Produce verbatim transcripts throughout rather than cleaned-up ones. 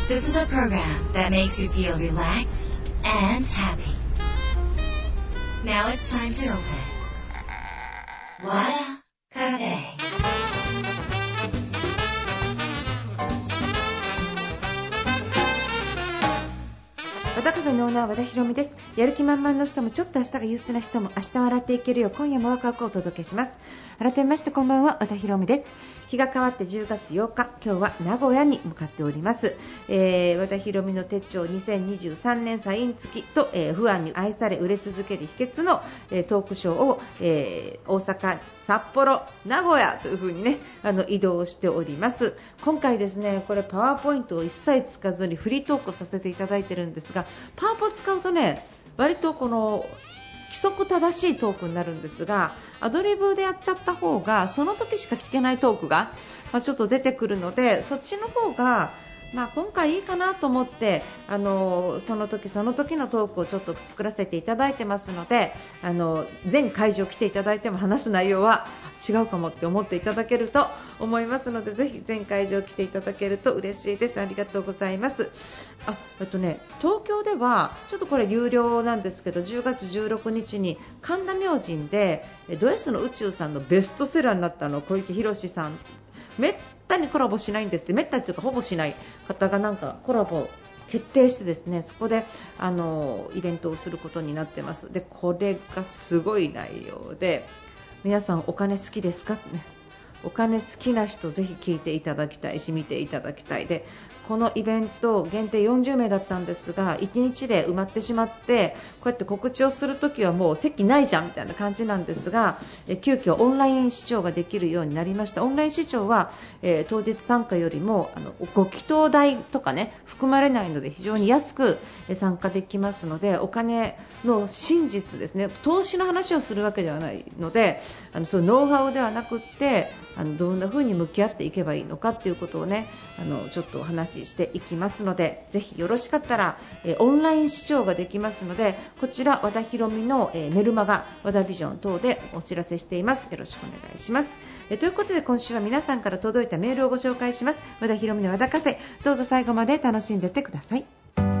This is a program that makes you feel relaxed and happy. Now it's time to open Wada Cafe. 和田カフェのオーナー和田博美です。やる気満々の人もちょっと明日が憂鬱な人も明日笑っていけるよう今夜もワクワクをお届けします。改めましてこんばんは、和田博美です。日が変わってじゅうがつようか、今日は名古屋に向かっております。えー、和田博美の手帳にせんにじゅうさんねんサイン付きと、えー、不安に愛され売れ続ける秘訣の、えー、トークショーを、えー、大阪、札幌、名古屋という風にねあの移動しております。今回ですねこれパワーポイントを一切使わずにフリートークをさせていただいてるんですが、パワーポ使うとね割とこの規則正しいトークになるんですが、アドリブでやっちゃった方がその時しか聞けないトークが、まあ、ちょっと出てくるのでそっちの方がまあ、今回いいかなと思ってあのその時その時のトークをちょっと作らせていただいてますので、あの全会場来ていただいても話す内容は違うかもって思っていただけると思いますので、ぜひ全会場来ていただけると嬉しいです。ありがとうございます。あ、えっとね、東京ではちょっとこれ有料なんですけどじゅうがつじゅうろくにちに神田明神でド S の宇宙さんのベストセラーになったの小池宏さん、めったにコラボしないんですって、めったにというかほぼしない方がなんかコラボ決定してですね、そこであのイベントをすることになってます。でこれがすごい内容で、皆さんお金好きですか、ね、お金好きな人ぜひ聞いていただきたいし見ていただきたい。でこのイベント限定よんじゅうめいだったんですがいちにちで埋まってしまって、こうやって告知をするときはもう席ないじゃんみたいな感じなんですが、え急遽オンライン視聴ができるようになりました。オンライン視聴は、えー、当日参加よりもあのご祈祷代とかね含まれないので非常に安く参加できますので、お金の真実ですね、投資の話をするわけではないので、あのそういうノウハウではなくってあのどんな風に向き合っていけばいいのかということをねあのちょっとお話ししていきますので、ぜひよろしかったら、えー、オンライン視聴ができますので、こちら和田博美の、えー、メルマガ和田ビジョン等でお知らせしています。よろしくお願いします。えー、ということで今週は皆さんから届いたメールをご紹介します。和田博美の和田カフェ、どうぞ最後まで楽しんでいってください。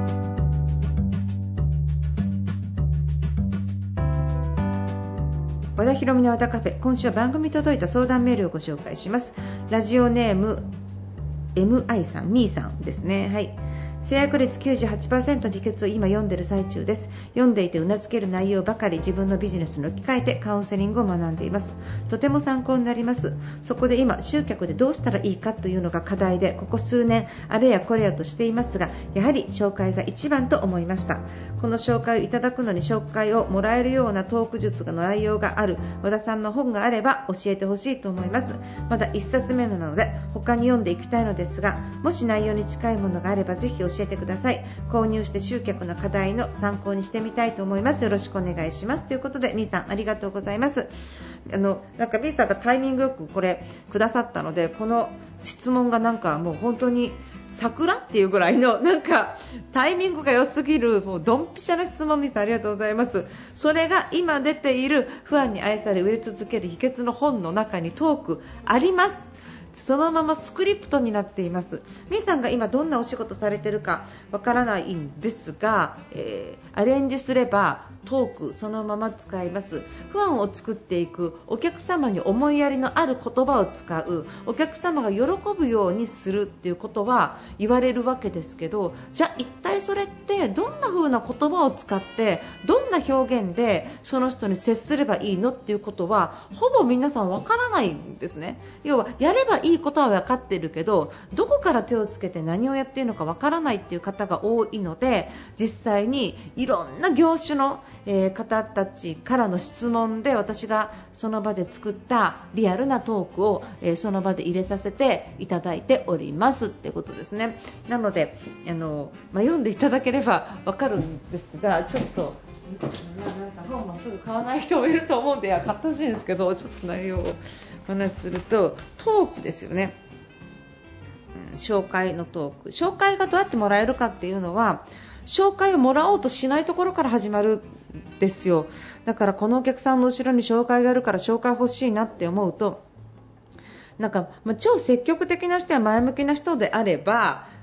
和田博美の和田カフェ、今週は番組届いた相談メールをご紹介します。ラジオネーム エムアイ さん、ミーさんですね。はい。制約率 きゅうじゅうはちパーセント の秘訣を今読んでいる最中です。読んでいてうなずける内容ばかり自分のビジネスに置き換えてカウンセリングを学んでいます。とても参考になります。そこで今集客でどうしたらいいかというのが課題で、ここ数年あれやこれやとしていますが、やはり紹介が一番と思いました。この紹介をいただくのに紹介をもらえるようなトーク術の内容がある和田さんの本があれば教えてほしいと思います。まだいっさつめなので他に読んでいきたいのですが、もし内容に近いものがあればぜひ教えてください。購入して集客の課題の参考にしてみたいと思います。よろしくお願いします。ということでみーさんありがとうございます。あのなんかみーさんがタイミングよくこれくださったので、この質問がなんかもう本当に桜っていうぐらいのなんかタイミングが良すぎる、もうドンピシャな質問、みさんありがとうございます。それが今出ている不安に愛され売れ続ける秘訣の本の中にトークあります。そのままスクリプトになっています。みーさんが今どんなお仕事されているかわからないんですが、えー、アレンジすればトークそのまま使います。不安を作っていく、お客様に思いやりのある言葉を使う、お客様が喜ぶようにするっていうことは言われるわけですけど、じゃあ一体それってどんな風な言葉を使ってどんな表現でその人に接すればいいのっていうことはほぼ皆さんわからないんですね。要はやればいいことは分かっているけど、どこから手をつけて何をやっているのか分からないっていう方が多いので、実際にいろんな業種の、えー、方たちからの質問で私がその場で作ったリアルなトークを、えー、その場で入れさせていただいておりますってことですね。なのであの、まあ、読んでいただければ分かるんですが、ちょっとなんか本もすぐ買わない人もいると思うんで買ってほしいんですけど、ちょっと内容をお話しすると、トークですよね、うん、紹介のトーク、紹介がどうやってもらえるかっていうのは紹介をもらおうとしないところから始まるんですよ。だからこのお客さんの後ろに紹介があるから紹介欲しいなって思うと、なんか、まあ、超積極的な人や前向きな人であれば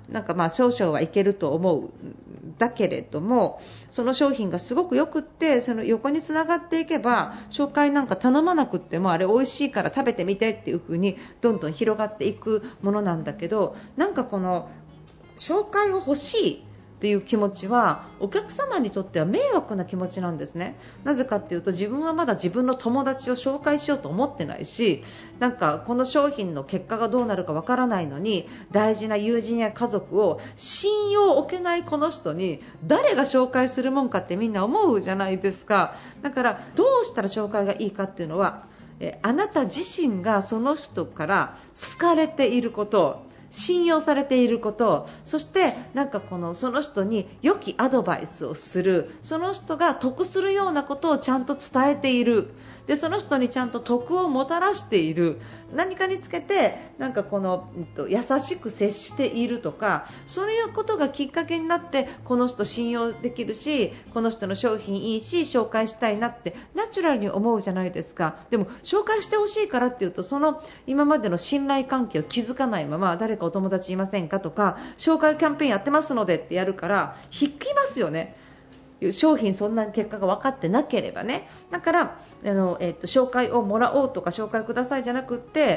なんかまあ少々はいけると思うだけれども、その商品がすごくよくって、その横につながっていけば紹介なんか頼まなくってもあれ美味しいから食べてみてっていう風にどんどん広がっていくものなんだけど、なんかこの紹介を欲しいっていう気持ちはお客様にとっては迷惑な気持ちなんですね。なぜかっていうと、自分はまだ自分の友達を紹介しようと思ってないし、なんかこの商品の結果がどうなるかわからないのに、大事な友人や家族を信用を置けないこの人に誰が紹介するもんかってみんな思うじゃないですか。だからどうしたら紹介がいいかっていうのは、えあなた自身がその人から好かれていること、信用されていること、そしてなんかこのその人に良きアドバイスをする、その人が得するようなことをちゃんと伝えている、でその人にちゃんと得をもたらしている、何かにつけてなんかこの、うんと、優しく接しているとか、そういうことがきっかけになってこの人信用できるし、この人の商品いいし紹介したいなってナチュラルに思うじゃないですか。でも紹介してほしいからっていうと、その今までの信頼関係を築かないまま、誰かお友達いませんかとか紹介キャンペーンやってますのでってやるから引きますよね。商品そんな結果が分かってなければね。だからあの、えー、と紹介をもらおうとか紹介くださいじゃなくって、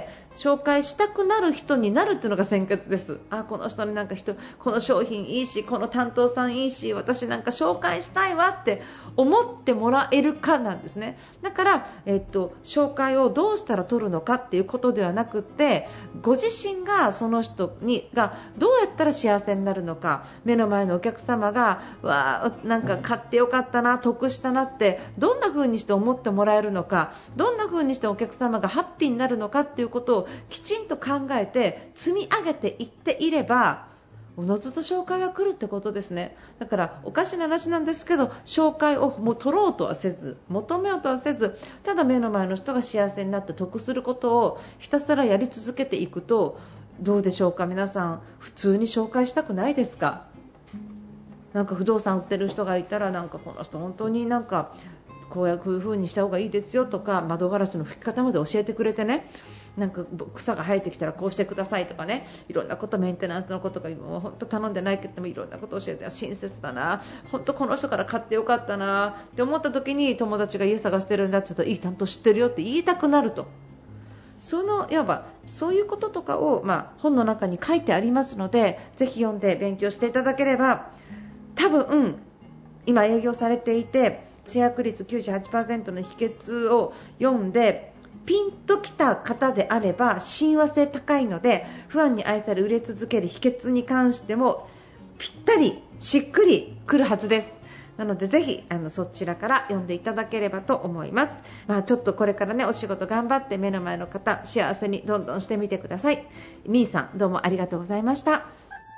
紹介したくなる人になるっていうのが先決です。あ、この人になんか人この商品いいし、この担当さんいいし、私なんか紹介したいわって思ってもらえるかなんですね。だから、えー、と紹介をどうしたら取るのかっていうことではなくって、ご自身がその人にがどうやったら幸せになるのか、目の前のお客様がわーなんか買ってよかったな、得したなってどんな風にして思ってもらえるのか、どんな風にしてお客様がハッピーになるのかっていうことをきちんと考えて積み上げていっていれば、おのずと紹介は来るってことですね。だからおかしな話なんですけど、紹介をもう取ろうとはせず、求めようとはせず、ただ目の前の人が幸せになって得することをひたすらやり続けていくと、どうでしょうか。皆さん普通に紹介したくないですか。なんか不動産売ってる人がいたら、なんかこの人本当になんかこういう風にした方がいいですよとか、窓ガラスの拭き方まで教えてくれてね、なんか草が生えてきたらこうしてくださいとかね、いろんなこと、メンテナンスのことがもう本当頼んでないけどもいろんなこと教えて、親切だな、本当この人から買ってよかったなって思った時に、友達が家探してるんだ、ちょっといい担当知ってるよって言いたくなると。そのいわばそういうこととかを、まあ、本の中に書いてありますので、ぜひ読んで勉強していただければ、多分今営業されていて制約率 きゅうじゅうはちパーセント の秘訣を読んでピンときた方であれば親和性高いので、ファンに愛され売れ続ける秘訣に関してもぴったりしっくりくるはずです。なのでぜひあのそちらから読んでいただければと思います。まあ、ちょっとこれからねお仕事頑張って目の前の方幸せにどんどんしてみてください。みーさんどうもありがとうございました。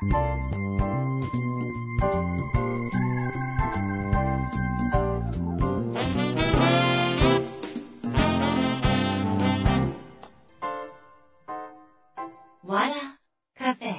カフェ。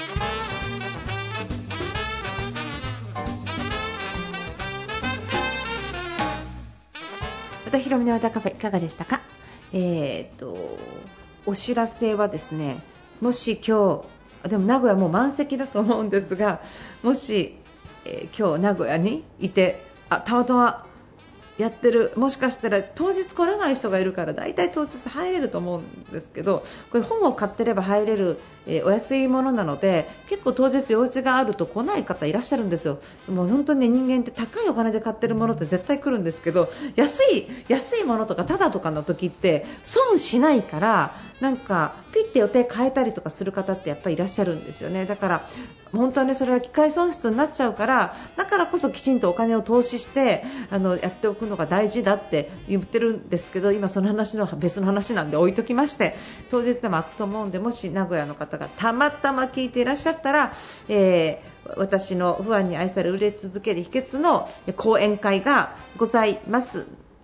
和田ひろみの和田カフェいかがでしたか。えー、とお知らせはですね、もし今日でも名古屋もう満席だと思うんですが、もし、えー、今日名古屋にいて、あたまたまやってる、もしかしたら当日来れない人がいるからだいたい当日入れると思うんですけど、これ本を買ってれば入れる、えー、お安いものなので、結構当日用事があると来ない方いらっしゃるんですよ。もう本当に、ね、人間って高いお金で買ってるものって絶対来るんですけど、安い安いものとかタダとかの時って損しないから、なんかピッて予定変えたりとかする方ってやっぱりいらっしゃるんですよね。だから本当はねそれは機会損失になっちゃうから、だからこそきちんとお金を投資してあのやっておくのが大事だって言ってるんですけど、今その話の別の話なんで置いときまして、当日でも開くと思うんで、もし名古屋の方がたまたま聞いていらっしゃったら、えー、私のファンに愛され売れ続ける秘訣の講演会がございます。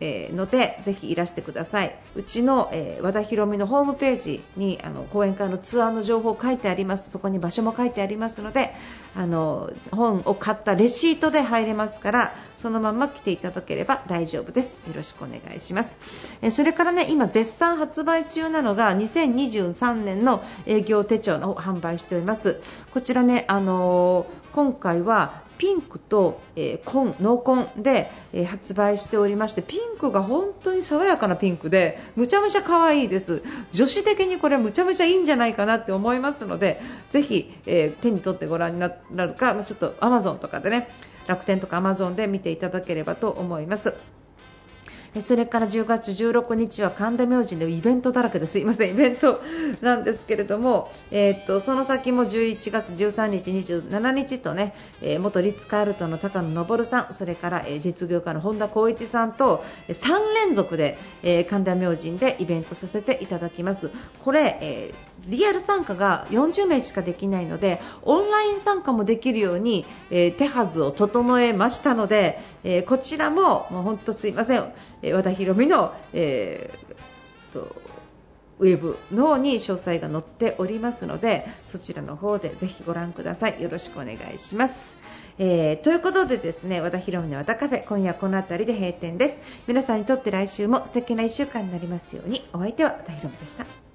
えー、のでぜひいらしてください。うちの、えー、和田博美のホームページにあの講演会のツアーの情報書いてあります。そこに場所も書いてありますので、あの本を買ったレシートで入れますから、そのまま来ていただければ大丈夫です。よろしくお願いします。えー、それからね、今絶賛発売中なのがにせんにじゅうさんねんの営業手帳を販売しております。こちらね、あのー、今回はピンクと、えー、紺濃紺で、えー、発売しておりまして、ピンクが本当に爽やかなピンクでむちゃむちゃ可愛いです。女子的にこれむちゃむちゃいいんじゃないかなって思いますので、ぜひ、えー、手に取ってご覧になるか、ちょっと アマゾン とかでね、楽天とか アマゾン で見ていただければと思います。それからじゅうがつじゅうろくにちは神田明神でイベントだらけですいませんイベントなんですけれども、えー、っとその先もじゅういちがつじゅうさんにちにじゅうしちにちとね、えー、元リッツ・カールトンの高野昇さん、それから、えー、実業家の本田光一さんとさんれんぞくで、えー、神田明神でイベントさせていただきます。これ、えーリアル参加がよんじゅうめいしかできないので、オンライン参加もできるように、えー、手はずを整えましたので、えー、こちらももう本当すいません、えー、和田博美の、えー、とウェブの方に詳細が載っておりますので、そちらの方でぜひご覧ください。よろしくお願いします。えー、ということでですね、和田博美の和田カフェ、今夜この辺りで閉店です。皆さんにとって来週も素敵ないっしゅうかんになりますように。お相手は和田博美でした。